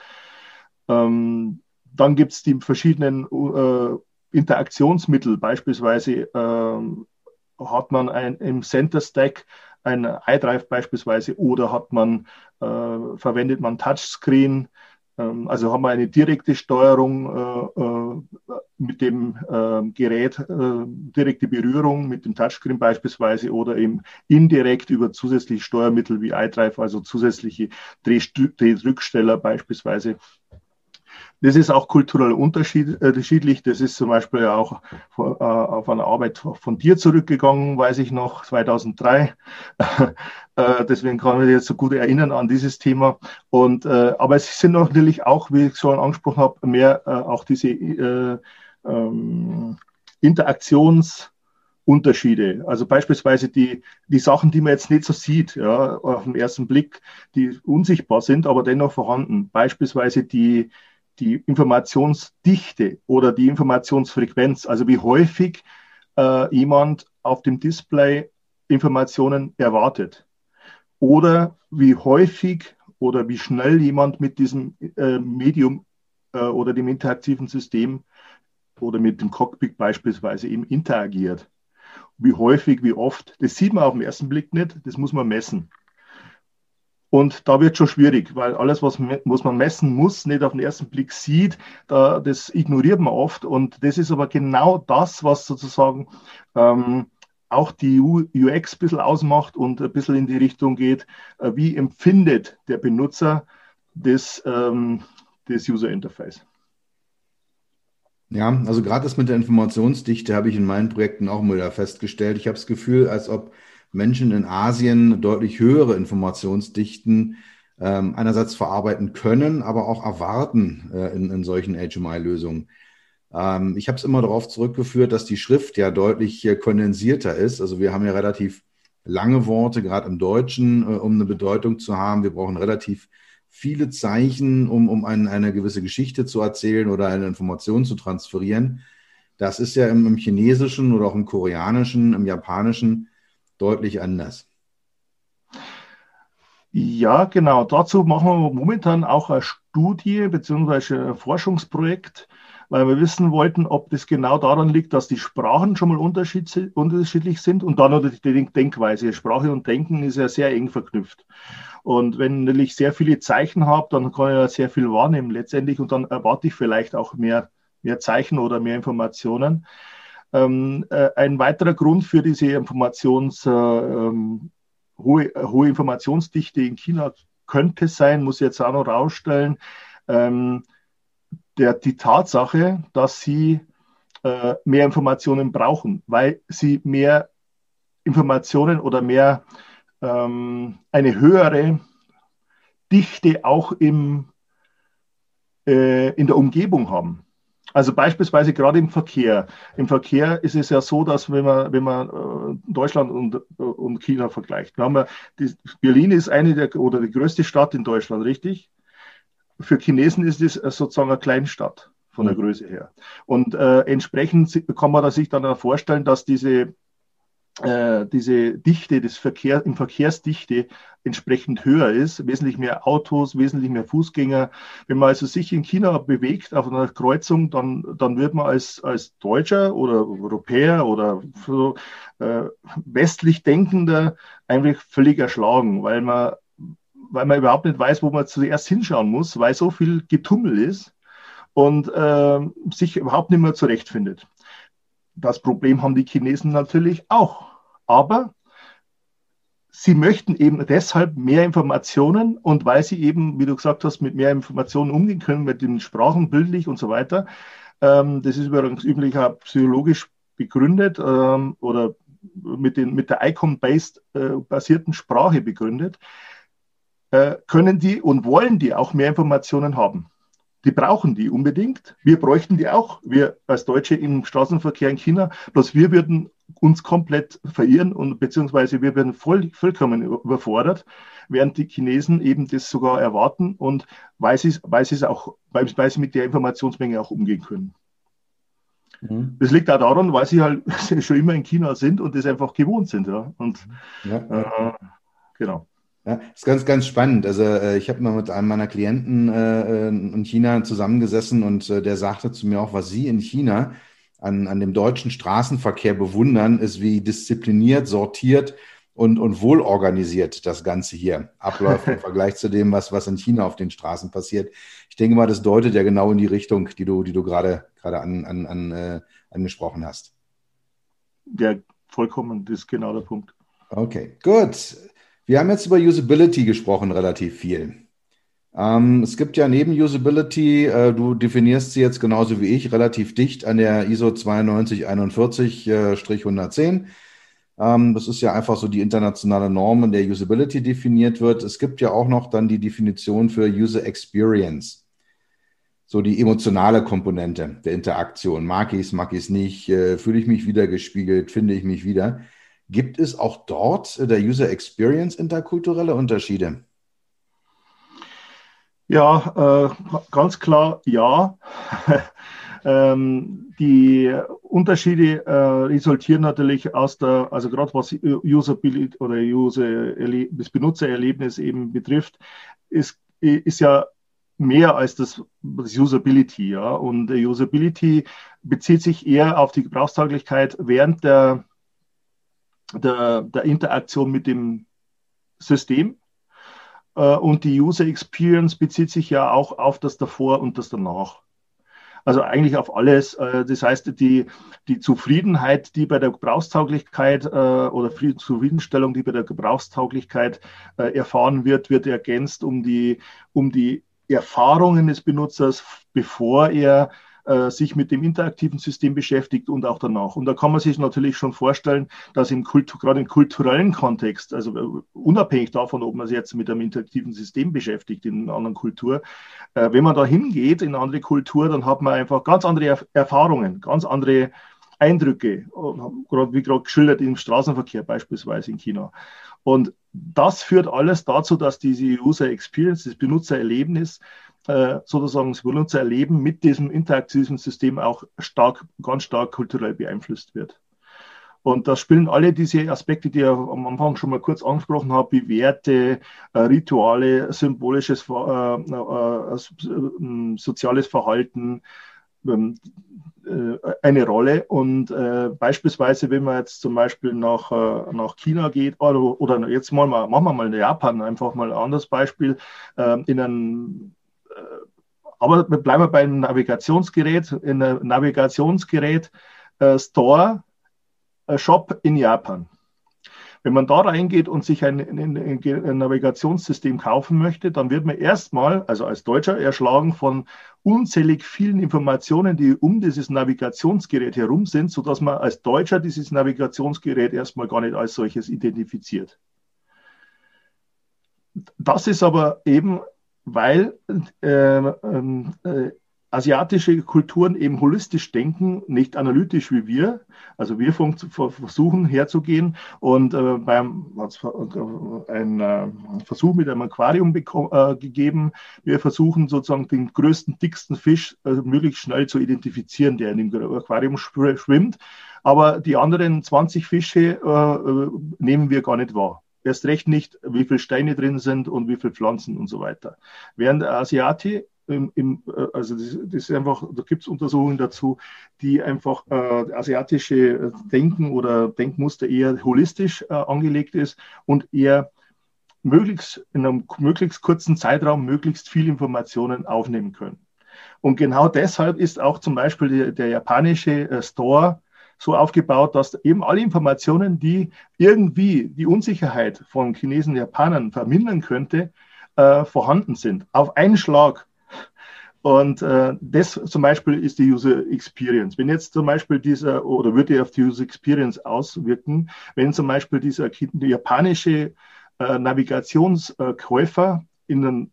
Dann gibt es die verschiedenen Interaktionsmittel, beispielsweise hat man im Center Stack ein iDrive beispielsweise oder verwendet man Touchscreen. Also haben wir eine direkte Steuerung mit dem Gerät, direkte Berührung mit dem Touchscreen beispielsweise oder eben indirekt über zusätzliche Steuermittel wie iDrive, also zusätzliche Drehdrücksteller beispielsweise. Das ist auch kulturell unterschiedlich. Das ist zum Beispiel auch auf eine Arbeit von dir zurückgegangen, weiß ich noch, 2003. Deswegen kann ich mich jetzt so gut erinnern an dieses Thema. Aber es sind natürlich auch, wie ich schon angesprochen habe, mehr auch diese Interaktionsunterschiede. Also beispielsweise die Sachen, die man jetzt nicht so sieht, ja, auf den ersten Blick, die unsichtbar sind, aber dennoch vorhanden. Beispielsweise die Informationsdichte oder die Informationsfrequenz, also wie häufig jemand auf dem Display Informationen erwartet oder wie häufig oder wie schnell jemand mit diesem Medium oder dem interaktiven System oder mit dem Cockpit beispielsweise eben interagiert. Wie häufig, wie oft, das sieht man auf den ersten Blick nicht, das muss man messen. Und da wird es schon schwierig, weil alles, was man messen muss, nicht auf den ersten Blick sieht, das ignoriert man oft. Und das ist aber genau das, was sozusagen auch die UX ein bisschen ausmacht und ein bisschen in die Richtung geht, wie empfindet der Benutzer das User Interface. Ja, also gerade das mit der Informationsdichte habe ich in meinen Projekten auch mal wieder festgestellt. Ich habe das Gefühl, als ob Menschen in Asien deutlich höhere Informationsdichten einerseits verarbeiten können, aber auch erwarten in solchen HMI-Lösungen. Ich habe es immer darauf zurückgeführt, dass die Schrift ja deutlich kondensierter ist. Also wir haben ja relativ lange Worte, gerade im Deutschen, um eine Bedeutung zu haben. Wir brauchen relativ viele Zeichen, um eine gewisse Geschichte zu erzählen oder eine Information zu transferieren. Das ist ja im Chinesischen oder auch im Koreanischen, im Japanischen deutlich anders. Ja, genau. Dazu machen wir momentan auch eine Studie bzw. ein Forschungsprojekt, weil wir wissen wollten, ob das genau daran liegt, dass die Sprachen schon mal unterschiedlich sind und dann natürlich die Denkweise. Sprache und Denken ist ja sehr eng verknüpft. Und wenn ich sehr viele Zeichen habe, dann kann ich ja sehr viel wahrnehmen letztendlich und dann erwarte ich vielleicht auch mehr Zeichen oder mehr Informationen. Ein weiterer Grund für diese hohe Informationsdichte in China könnte sein, muss ich jetzt auch noch rausstellen, die Tatsache, dass sie mehr Informationen brauchen, weil sie mehr Informationen oder mehr eine höhere Dichte auch in der Umgebung haben. Also beispielsweise gerade im Verkehr. Im Verkehr ist es ja so, dass wenn man Deutschland und China vergleicht, Berlin ist die größte Stadt in Deutschland, richtig? Für Chinesen ist es sozusagen eine Kleinstadt von der Größe her. Und entsprechend kann man sich dann vorstellen, dass diese Dichte im Verkehrsdichte entsprechend höher ist, wesentlich mehr Autos, wesentlich mehr Fußgänger. Wenn man also sich in China bewegt auf einer Kreuzung, dann wird man als Deutscher oder Europäer oder so, westlich Denkender eigentlich völlig erschlagen, weil man überhaupt nicht weiß, wo man zuerst hinschauen muss, weil so viel Getummel ist und sich überhaupt nicht mehr zurechtfindet. Das Problem haben die Chinesen natürlich auch. Aber sie möchten eben deshalb mehr Informationen und weil sie eben, wie du gesagt hast, mit mehr Informationen umgehen können, mit den Sprachen, bildlich und so weiter. Das ist übrigens üblicher psychologisch begründet oder mit der ICON-basierten Sprache begründet, können die und wollen die auch mehr Informationen haben. Die brauchen die unbedingt. Wir bräuchten die auch, wir als Deutsche im Straßenverkehr in China. Bloß wir würden uns komplett verirren und beziehungsweise wir werden vollkommen überfordert, während die Chinesen eben das sogar erwarten und weil sie mit der Informationsmenge auch umgehen können. Mhm. Das liegt auch daran, weil sie halt schon immer in China sind und das einfach gewohnt sind. Ja. Und genau. Ja, das ist ganz, ganz spannend. Also ich habe mal mit einem meiner Klienten in China zusammengesessen und der sagte zu mir auch, was sie in China an dem deutschen Straßenverkehr bewundern, ist, wie diszipliniert, sortiert und wohlorganisiert das Ganze hier abläuft im Vergleich zu dem, was in China auf den Straßen passiert. Ich denke mal, das deutet ja genau in die Richtung, die du gerade angesprochen hast. Ja, vollkommen, das ist genau der Punkt. Okay, gut. Wir haben jetzt über Usability gesprochen, relativ viel. Es gibt ja neben Usability, du definierst sie jetzt genauso wie ich, relativ dicht an der ISO 9241-110. Das ist ja einfach so die internationale Norm, in der Usability definiert wird. Es gibt ja auch noch dann die Definition für User Experience. So die emotionale Komponente der Interaktion. Mag ich es nicht? Fühle ich mich wiedergespiegelt? Finde ich mich wieder? Gibt es auch dort der User Experience interkulturelle Unterschiede? Ja, ganz klar ja. Die Unterschiede resultieren natürlich also gerade was Usability oder das Benutzererlebnis eben betrifft, ist ja mehr als das Usability. Ja? Und Usability bezieht sich eher auf die Gebrauchstauglichkeit während der Interaktion mit dem System. Und die User Experience bezieht sich ja auch auf das davor und das danach. Also eigentlich auf alles. Das heißt, die Zufriedenheit, die bei der Gebrauchstauglichkeit oder Zufriedenstellung, die bei der Gebrauchstauglichkeit erfahren wird, wird ergänzt um die Erfahrungen des Benutzers, bevor er sich mit dem interaktiven System beschäftigt und auch danach. Und da kann man sich natürlich schon vorstellen, dass gerade im kulturellen Kontext, also unabhängig davon, ob man sich jetzt mit einem interaktiven System beschäftigt in einer anderen Kultur, wenn man da hingeht in eine andere Kultur, dann hat man einfach ganz andere Erfahrungen, ganz andere Eindrücke, wie gerade geschildert im Straßenverkehr beispielsweise in China. Und das führt alles dazu, dass diese User Experience, das Benutzererlebnis, sozusagen das Benutzererleben mit diesem interaktiven System auch ganz stark kulturell beeinflusst wird. Und da spielen alle diese Aspekte, die ich am Anfang schon mal kurz angesprochen habe, wie Werte, Rituale, symbolisches, soziales Verhalten, eine Rolle. Und beispielsweise, wenn man jetzt zum Beispiel nach China geht oder jetzt machen wir mal in Japan, einfach mal ein anderes Beispiel, aber wir bleiben beim Navigationsgerät, in einem Navigationsgerät Store, Shop in Japan. Wenn man da reingeht und sich ein Navigationssystem kaufen möchte, dann wird man erstmal, also als Deutscher, erschlagen von unzählig vielen Informationen, die um dieses Navigationsgerät herum sind, sodass man als Deutscher dieses Navigationsgerät erstmal gar nicht als solches identifiziert. Das ist aber eben, weil asiatische Kulturen eben holistisch denken, nicht analytisch wie wir. Also wir versuchen herzugehen und ein Versuch mit einem Aquarium gegeben. Wir versuchen sozusagen den größten, dicksten Fisch möglichst schnell zu identifizieren, der in dem Aquarium schwimmt. Aber die anderen 20 Fische nehmen wir gar nicht wahr. Erst recht nicht, wie viele Steine drin sind und wie viele Pflanzen und so weiter. Während der Asiate, also das ist einfach, da gibt es Untersuchungen dazu, die einfach asiatische Denken oder Denkmuster eher holistisch angelegt ist und eher in einem möglichst kurzen Zeitraum möglichst viel Informationen aufnehmen können. Und genau deshalb ist auch zum Beispiel der japanische Store so aufgebaut, dass eben alle Informationen, die irgendwie die Unsicherheit von Chinesen und Japanern vermindern könnte, vorhanden sind. Auf einen Schlag. Und das zum Beispiel ist die User Experience. Wenn jetzt zum Beispiel würde auf die User Experience auswirken, wenn zum Beispiel dieser japanische Navigationskäufer in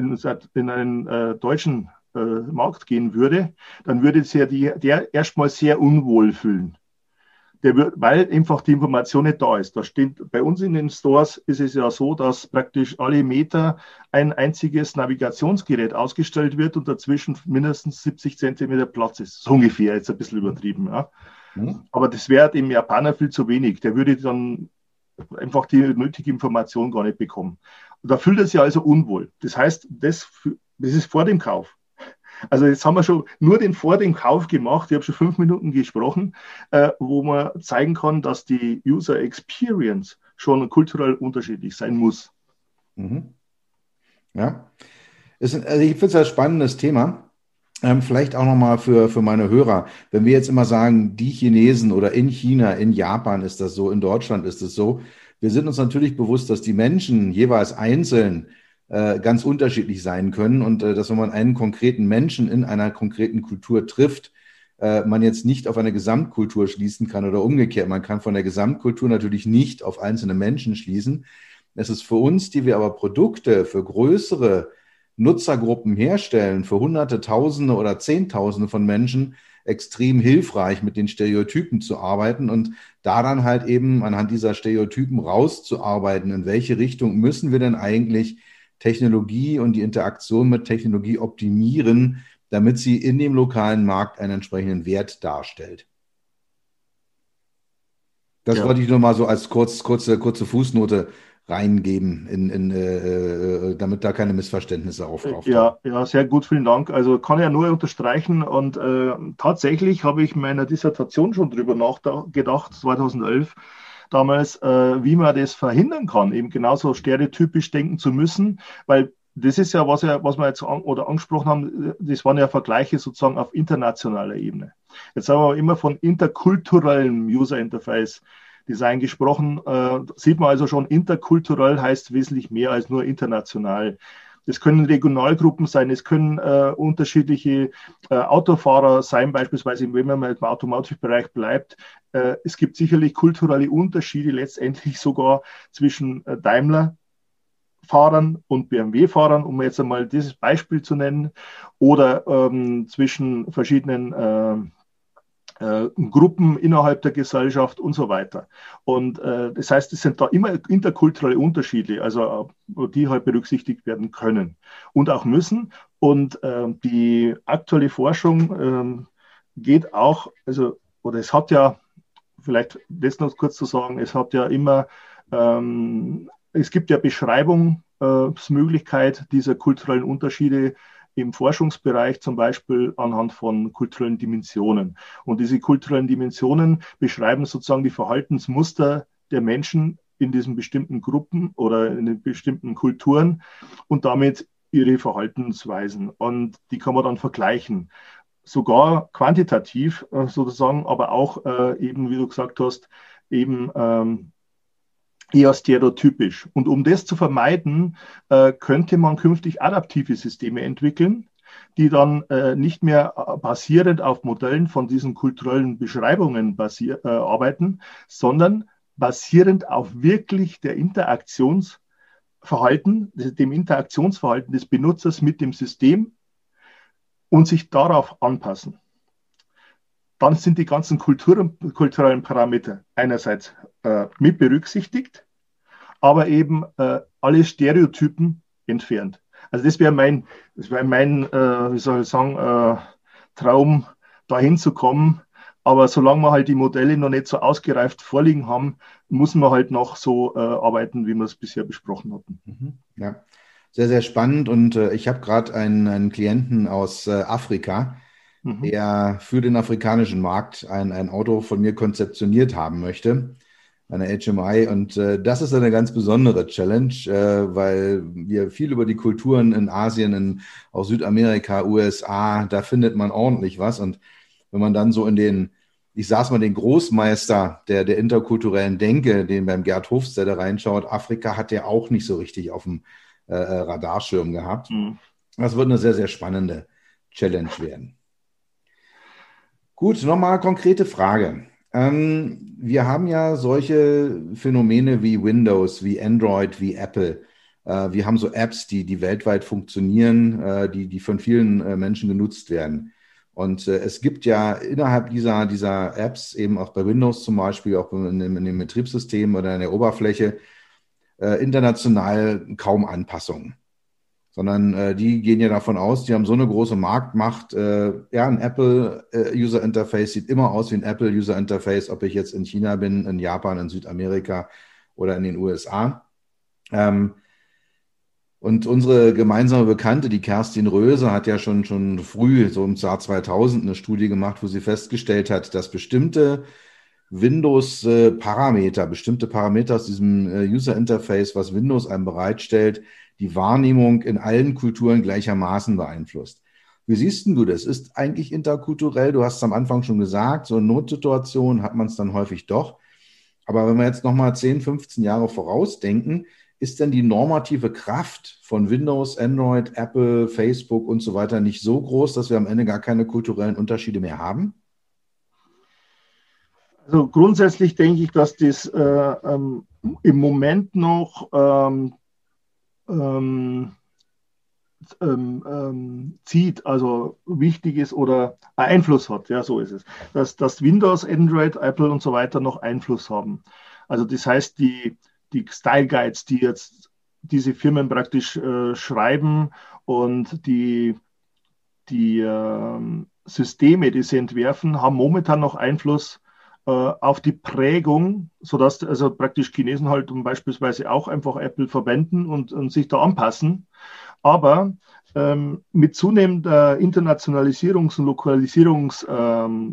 einen deutschen Markt gehen würde, dann würde der erstmal sehr unwohl fühlen. Weil einfach die Information nicht da ist. Da steht, bei uns in den Stores ist es ja so, dass praktisch alle Meter ein einziges Navigationsgerät ausgestellt wird und dazwischen mindestens 70 Zentimeter Platz ist. So ungefähr, jetzt ein bisschen übertrieben. Ja. Aber das wäre dem Japaner viel zu wenig. Der würde dann einfach die nötige Information gar nicht bekommen. Und da fühlt er sich also unwohl. Das heißt, das ist vor dem Kauf. Also jetzt haben wir schon nur den vor dem Kauf gemacht. Ich habe schon 5 Minuten gesprochen, wo man zeigen kann, dass die User Experience schon kulturell unterschiedlich sein muss. Mhm. Ja, also ich finde es ein spannendes Thema. Vielleicht auch nochmal für meine Hörer. Wenn wir jetzt immer sagen, die Chinesen oder in China, in Japan ist das so, in Deutschland ist es so. Wir sind uns natürlich bewusst, dass die Menschen jeweils einzeln ganz unterschiedlich sein können und dass wenn man einen konkreten Menschen in einer konkreten Kultur trifft, man jetzt nicht auf eine Gesamtkultur schließen kann oder umgekehrt. Man kann von der Gesamtkultur natürlich nicht auf einzelne Menschen schließen. Es ist für uns, die wir aber Produkte für größere Nutzergruppen herstellen, für Hunderte, Tausende oder Zehntausende von Menschen, extrem hilfreich, mit den Stereotypen zu arbeiten und da dann halt eben anhand dieser Stereotypen rauszuarbeiten, in welche Richtung müssen wir denn eigentlich Technologie und die Interaktion mit Technologie optimieren, damit sie in dem lokalen Markt einen entsprechenden Wert darstellt. Das wollte ich nur mal so als kurze Fußnote reingeben, damit da keine Missverständnisse auftauchen. Ja, sehr gut, vielen Dank. Also kann ich ja nur unterstreichen und tatsächlich habe ich in meiner Dissertation schon drüber nachgedacht, 2011, damals, wie man das verhindern kann, eben genauso stereotypisch denken zu müssen, weil das ist ja, was wir jetzt angesprochen haben, das waren ja Vergleiche sozusagen auf internationaler Ebene. Jetzt haben wir immer von interkulturellem User Interface Design gesprochen. Sieht man also schon, interkulturell heißt wesentlich mehr als nur international. Das können Regionalgruppen sein, es können unterschiedliche Autofahrer sein, beispielsweise, wenn man mal im Automotive-Bereich bleibt. Es gibt sicherlich kulturelle Unterschiede, letztendlich sogar zwischen Daimler-Fahrern und BMW-Fahrern, um jetzt einmal dieses Beispiel zu nennen, oder zwischen verschiedenen Gruppen innerhalb der Gesellschaft und so weiter. Und das heißt, es sind da immer interkulturelle Unterschiede, also die halt berücksichtigt werden können und auch müssen. Und die aktuelle Forschung geht auch, also, oder es hat ja, vielleicht das noch kurz zu sagen, es hat ja immer, es gibt ja Beschreibungsmöglichkeit dieser kulturellen Unterschiede im Forschungsbereich, zum Beispiel anhand von kulturellen Dimensionen. Und diese kulturellen Dimensionen beschreiben sozusagen die Verhaltensmuster der Menschen in diesen bestimmten Gruppen oder in den bestimmten Kulturen und damit ihre Verhaltensweisen. Und die kann man dann vergleichen. Sogar quantitativ sozusagen, aber auch eben, wie du gesagt hast, eben eher stereotypisch. Und um das zu vermeiden, könnte man künftig adaptive Systeme entwickeln, die dann nicht mehr basierend auf Modellen von diesen kulturellen Beschreibungen arbeiten, sondern basierend auf wirklich dem Interaktionsverhalten des Benutzers mit dem System und sich darauf anpassen. Dann sind die ganzen kulturellen Parameter einerseits mit berücksichtigt, aber eben alle Stereotypen entfernt. Also das wäre mein wie soll ich sagen, Traum, dahin zu kommen. Aber solange wir halt die Modelle noch nicht so ausgereift vorliegen haben, muss man halt noch so arbeiten, wie wir es bisher besprochen hatten. Ja, sehr, sehr spannend. Und ich habe gerade einen Klienten aus Afrika, der für den afrikanischen Markt ein Auto von mir konzeptioniert haben möchte, eine HMI. Und das ist eine ganz besondere Challenge, weil wir viel über die Kulturen in Asien, auch Südamerika, USA, da findet man ordentlich was. Und wenn man dann so den Großmeister der interkulturellen Denke, den beim Gerd Hofstede reinschaut, Afrika hat der auch nicht so richtig auf dem Radarschirm gehabt. Das wird eine sehr, sehr spannende Challenge werden. Gut, nochmal konkrete Frage. Wir haben ja solche Phänomene wie Windows, wie Android, wie Apple. Wir haben so Apps, die weltweit funktionieren, die von vielen Menschen genutzt werden. Und es gibt ja innerhalb dieser Apps, eben auch bei Windows zum Beispiel, auch in dem Betriebssystem oder in der Oberfläche, international kaum Anpassungen. Sondern die gehen ja davon aus, die haben so eine große Marktmacht. Ein Apple-User-Interface sieht immer aus wie ein Apple-User-Interface, ob ich jetzt in China bin, in Japan, in Südamerika oder in den USA. Und unsere gemeinsame Bekannte, die Kerstin Röse, hat ja schon früh, so im Jahr 2000, eine Studie gemacht, wo sie festgestellt hat, dass bestimmte Windows-Parameter aus diesem User-Interface, was Windows einem bereitstellt, die Wahrnehmung in allen Kulturen gleichermaßen beeinflusst. Wie siehst du das? Ist eigentlich interkulturell? Du hast es am Anfang schon gesagt, so in Notsituationen hat man es dann häufig doch. Aber wenn wir jetzt nochmal 10, 15 Jahre vorausdenken, ist denn die normative Kraft von Windows, Android, Apple, Facebook und so weiter nicht so groß, dass wir am Ende gar keine kulturellen Unterschiede mehr haben? Also grundsätzlich denke ich, dass das im Moment noch zieht, also wichtig ist oder Einfluss hat. Ja, so ist es. Dass Windows, Android, Apple und so weiter noch Einfluss haben. Also das heißt, die Style Guides, die jetzt diese Firmen praktisch schreiben und die Systeme, die sie entwerfen, haben momentan noch Einfluss auf die Prägung, sodass also praktisch Chinesen halt beispielsweise auch einfach Apple verwenden und sich da anpassen. Aber mit zunehmender Internationalisierungs- und Lokalisierungskompetenz,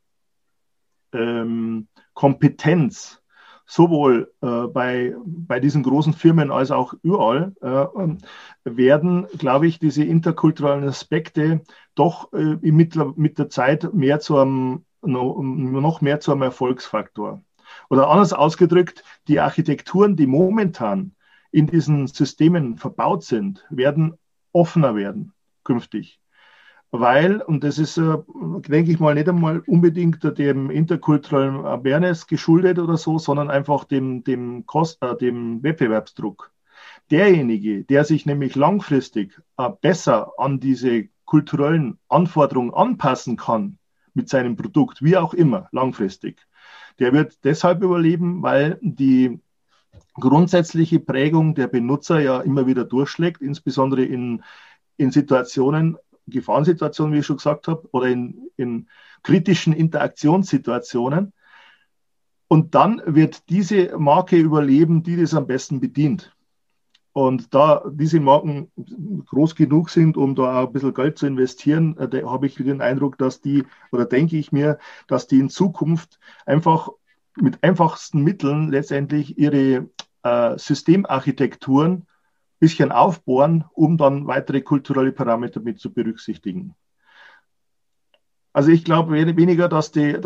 Kompetenz, sowohl bei diesen großen Firmen als auch überall, werden, glaube ich, diese interkulturellen Aspekte doch mit der Zeit mehr noch mehr zu einem Erfolgsfaktor. Oder anders ausgedrückt, die Architekturen, die momentan in diesen Systemen verbaut sind, werden offener werden künftig. Weil, und das ist, denke ich mal, nicht einmal unbedingt dem interkulturellen Awareness geschuldet oder so, sondern einfach dem Wettbewerbsdruck. Derjenige, der sich nämlich langfristig besser an diese kulturellen Anforderungen anpassen kann mit seinem Produkt, wie auch immer, langfristig, der wird deshalb überleben, weil die grundsätzliche Prägung der Benutzer ja immer wieder durchschlägt, insbesondere in Situationen, Gefahrensituationen, wie ich schon gesagt habe, oder in kritischen Interaktionssituationen. Und dann wird diese Marke überleben, die das am besten bedient. Und da diese Marken groß genug sind, um da auch ein bisschen Geld zu investieren, da habe ich den Eindruck, dass die, oder denke ich mir, dass die in Zukunft einfach mit einfachsten Mitteln letztendlich ihre Systemarchitekturen ein bisschen aufbohren, um dann weitere kulturelle Parameter mit zu berücksichtigen. Also ich glaube weniger, dass die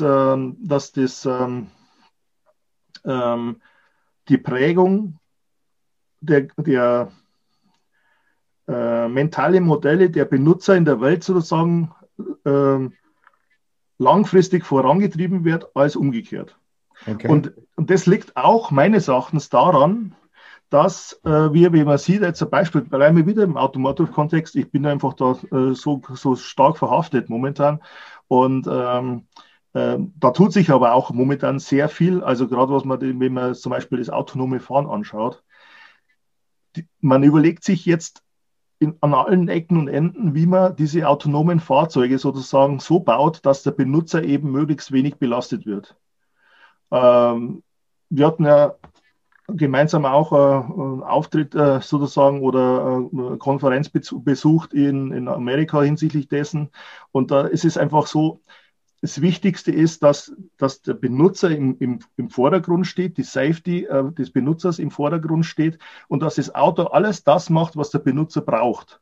Prägung der mentale Modelle der Benutzer in der Welt sozusagen langfristig vorangetrieben wird, als umgekehrt. Okay. Und das liegt auch meines Erachtens daran, dass wir, wie man sieht, jetzt zum Beispiel, bleiben wir wieder im Automotive-Kontext, ich bin einfach da so stark verhaftet momentan und da tut sich aber auch momentan sehr viel, also gerade wenn man zum Beispiel das autonome Fahren anschaut, man überlegt sich jetzt an allen Ecken und Enden, wie man diese autonomen Fahrzeuge sozusagen so baut, dass der Benutzer eben möglichst wenig belastet wird. Wir hatten ja gemeinsam auch einen Auftritt sozusagen oder eine Konferenz besucht in Amerika hinsichtlich dessen. Und da ist es einfach so, das Wichtigste ist, dass der Benutzer im Vordergrund steht, die Safety des Benutzers im Vordergrund steht und dass das Auto alles das macht, was der Benutzer braucht.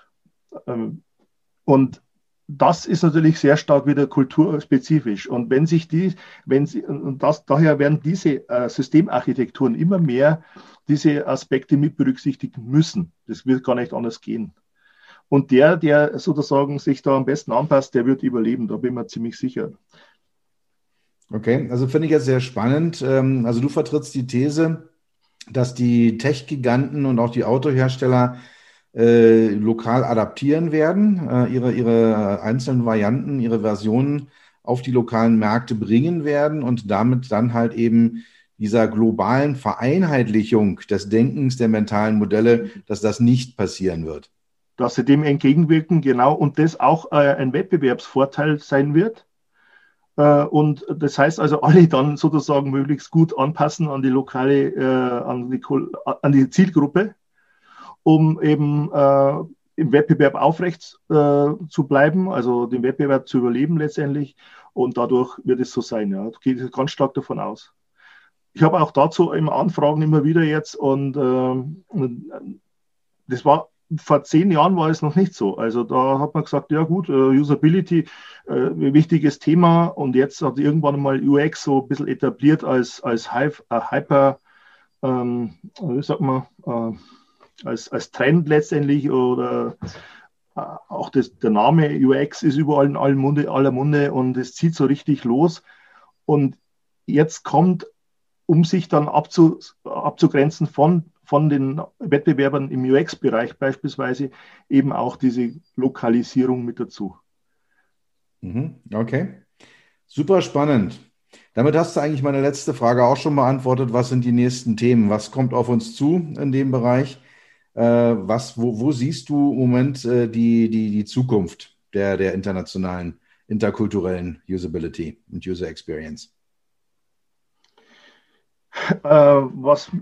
Und das ist natürlich sehr stark wieder kulturspezifisch. Und daher werden diese Systemarchitekturen immer mehr diese Aspekte mit berücksichtigen müssen. Das wird gar nicht anders gehen. Und der sozusagen sich da am besten anpasst, der wird überleben, da bin ich mir ziemlich sicher. Okay, also finde ich jetzt sehr spannend. Also du vertrittst die These, dass die Tech-Giganten und auch die Autohersteller lokal adaptieren werden, ihre einzelnen Varianten, ihre Versionen auf die lokalen Märkte bringen werden und damit dann halt eben dieser globalen Vereinheitlichung des Denkens, der mentalen Modelle, dass das nicht passieren wird. Dass sie dem entgegenwirken, genau, und das auch ein Wettbewerbsvorteil sein wird. Und das heißt also, alle dann sozusagen möglichst gut anpassen an die lokale, an die Zielgruppe, um eben im Wettbewerb aufrecht zu bleiben, also den Wettbewerb zu überleben letztendlich. Und dadurch wird es so sein. Ja. Da geht ich ganz stark davon aus. Ich habe auch dazu immer Anfragen immer wieder jetzt und das war vor 10 Jahren war es noch nicht so. Also da hat man gesagt, ja gut, Usability, wichtiges Thema und jetzt hat irgendwann mal UX so ein bisschen etabliert als Hyper, wie sagt man, als Trend letztendlich oder auch der Name UX ist überall in aller Munde und es zieht so richtig los. Und jetzt kommt, um sich dann abzugrenzen von den Wettbewerbern im UX-Bereich beispielsweise, eben auch diese Lokalisierung mit dazu. Okay, super spannend. Damit hast du eigentlich meine letzte Frage auch schon beantwortet. Was sind die nächsten Themen? Was kommt auf uns zu in dem Bereich? Wo siehst du im Moment die Zukunft der internationalen interkulturellen Usability und User Experience? Was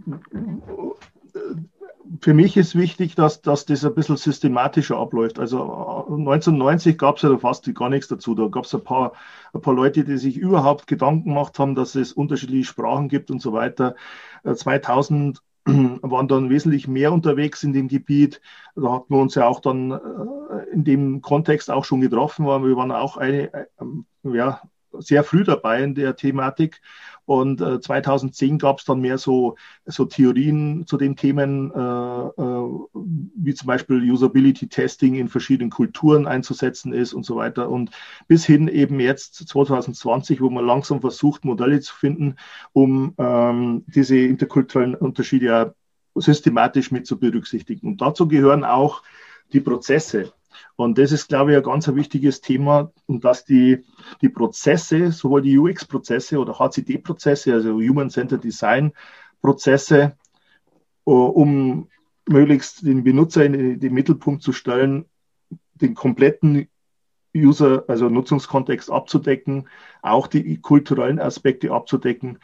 für mich ist wichtig, dass das ein bisschen systematischer abläuft. Also 1990 gab es ja fast gar nichts dazu. Da gab es ein paar Leute, die sich überhaupt Gedanken gemacht haben, dass es unterschiedliche Sprachen gibt und so weiter. 2000 waren dann wesentlich mehr unterwegs in dem Gebiet. Da hatten wir uns ja auch dann in dem Kontext auch schon getroffen, weil wir waren auch sehr früh dabei in der Thematik. Und 2010 gab es dann mehr so Theorien zu den Themen, wie zum Beispiel Usability Testing in verschiedenen Kulturen einzusetzen ist und so weiter. Und bis hin eben jetzt 2020, wo man langsam versucht, Modelle zu finden, um diese interkulturellen Unterschiede ja systematisch mit zu berücksichtigen. Und dazu gehören auch die Prozesse. Und das ist, glaube ich, ein ganz wichtiges Thema, und dass die Prozesse, sowohl die UX-Prozesse oder HCD-Prozesse, also Human-Centered Design-Prozesse, um möglichst den Benutzer in den Mittelpunkt zu stellen, den kompletten User, also Nutzungskontext abzudecken, auch die kulturellen Aspekte abzudecken,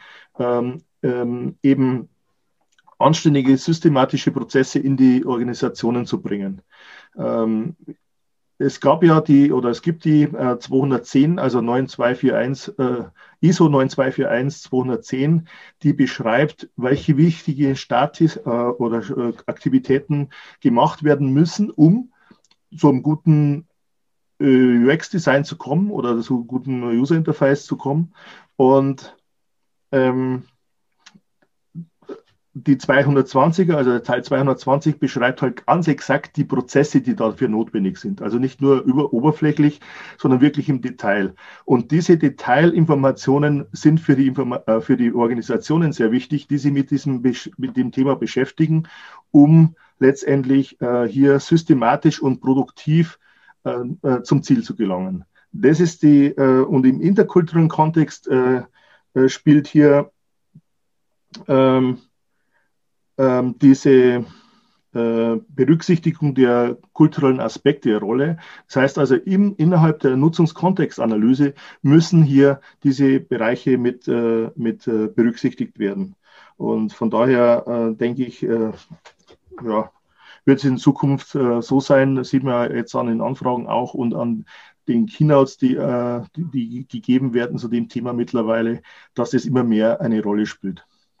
eben anständige systematische Prozesse in die Organisationen zu bringen. Es gibt die 210, also 9241, ISO 9241 210, die beschreibt, welche wichtige oder Aktivitäten gemacht werden müssen, um zu einem guten UX-Design zu kommen oder zu einem guten User-Interface zu kommen. Und die 220er, also der Teil 220, beschreibt halt ganz exakt die Prozesse, die dafür notwendig sind. Also nicht nur oberflächlich, sondern wirklich im Detail. Und diese Detailinformationen sind für die Organisationen sehr wichtig, die sich mit dem Thema beschäftigen, um letztendlich hier systematisch und produktiv zum Ziel zu gelangen. Das ist und im interkulturellen Kontext spielt hier diese Berücksichtigung der kulturellen Aspekte eine Rolle. Das heißt also, innerhalb der Nutzungskontextanalyse müssen hier diese Bereiche mit berücksichtigt werden. Und von daher denke ich, wird es in Zukunft so sein, das sieht man jetzt an den Anfragen auch und an den Keynotes, die gegeben werden zu dem Thema mittlerweile, dass es immer mehr eine Rolle spielt.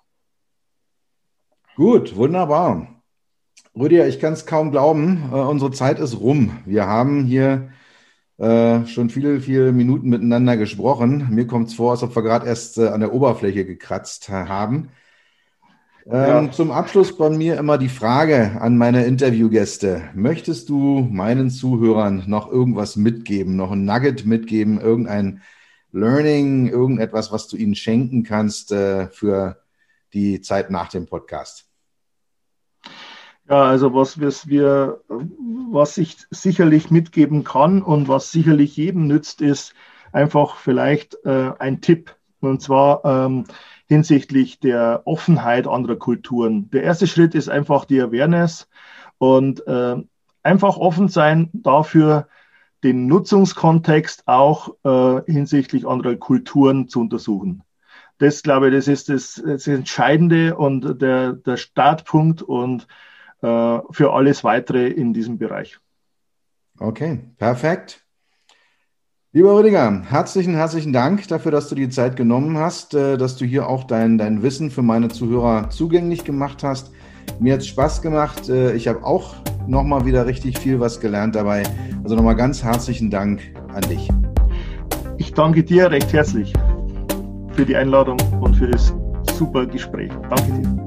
Gut, wunderbar. Rüdiger, ich kann es kaum glauben, unsere Zeit ist rum. Wir haben hier schon viele Minuten miteinander gesprochen. Mir kommt es vor, als ob wir gerade erst an der Oberfläche gekratzt haben. Zum Abschluss bei mir immer die Frage an meine Interviewgäste. Möchtest du meinen Zuhörern noch irgendwas mitgeben, noch ein Nugget mitgeben, irgendein Learning, irgendetwas, was du ihnen schenken kannst für die Zeit nach dem Podcast? Ja, also was ich sicherlich mitgeben kann und was sicherlich jedem nützt, ist einfach vielleicht ein Tipp, und zwar hinsichtlich der Offenheit anderer Kulturen. Der erste Schritt ist einfach die Awareness und einfach offen sein dafür, den Nutzungskontext auch hinsichtlich anderer Kulturen zu untersuchen. Das, glaube ich, das ist das Entscheidende und der Startpunkt und für alles Weitere in diesem Bereich. Okay, perfekt. Lieber Rüdiger, herzlichen Dank dafür, dass du die Zeit genommen hast, dass du hier auch dein Wissen für meine Zuhörer zugänglich gemacht hast. Mir hat es Spaß gemacht. Ich habe auch nochmal wieder richtig viel was gelernt dabei. Also nochmal ganz herzlichen Dank an dich. Ich danke dir recht herzlich für die Einladung und für das super Gespräch. Danke dir.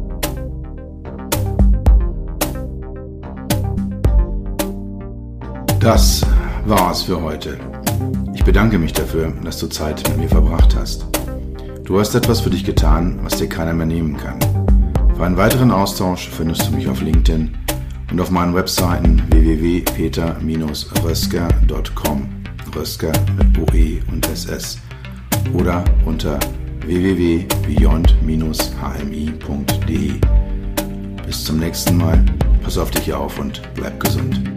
Das war's für heute. Ich bedanke mich dafür, dass du Zeit mit mir verbracht hast. Du hast etwas für dich getan, was dir keiner mehr nehmen kann. Für einen weiteren Austausch findest du mich auf LinkedIn und auf meinen Webseiten www.peter-rösker.com, Rösker mit OE und SS, oder unter www.beyond-hmi.de. Bis zum nächsten Mal. Pass auf dich auf und bleib gesund.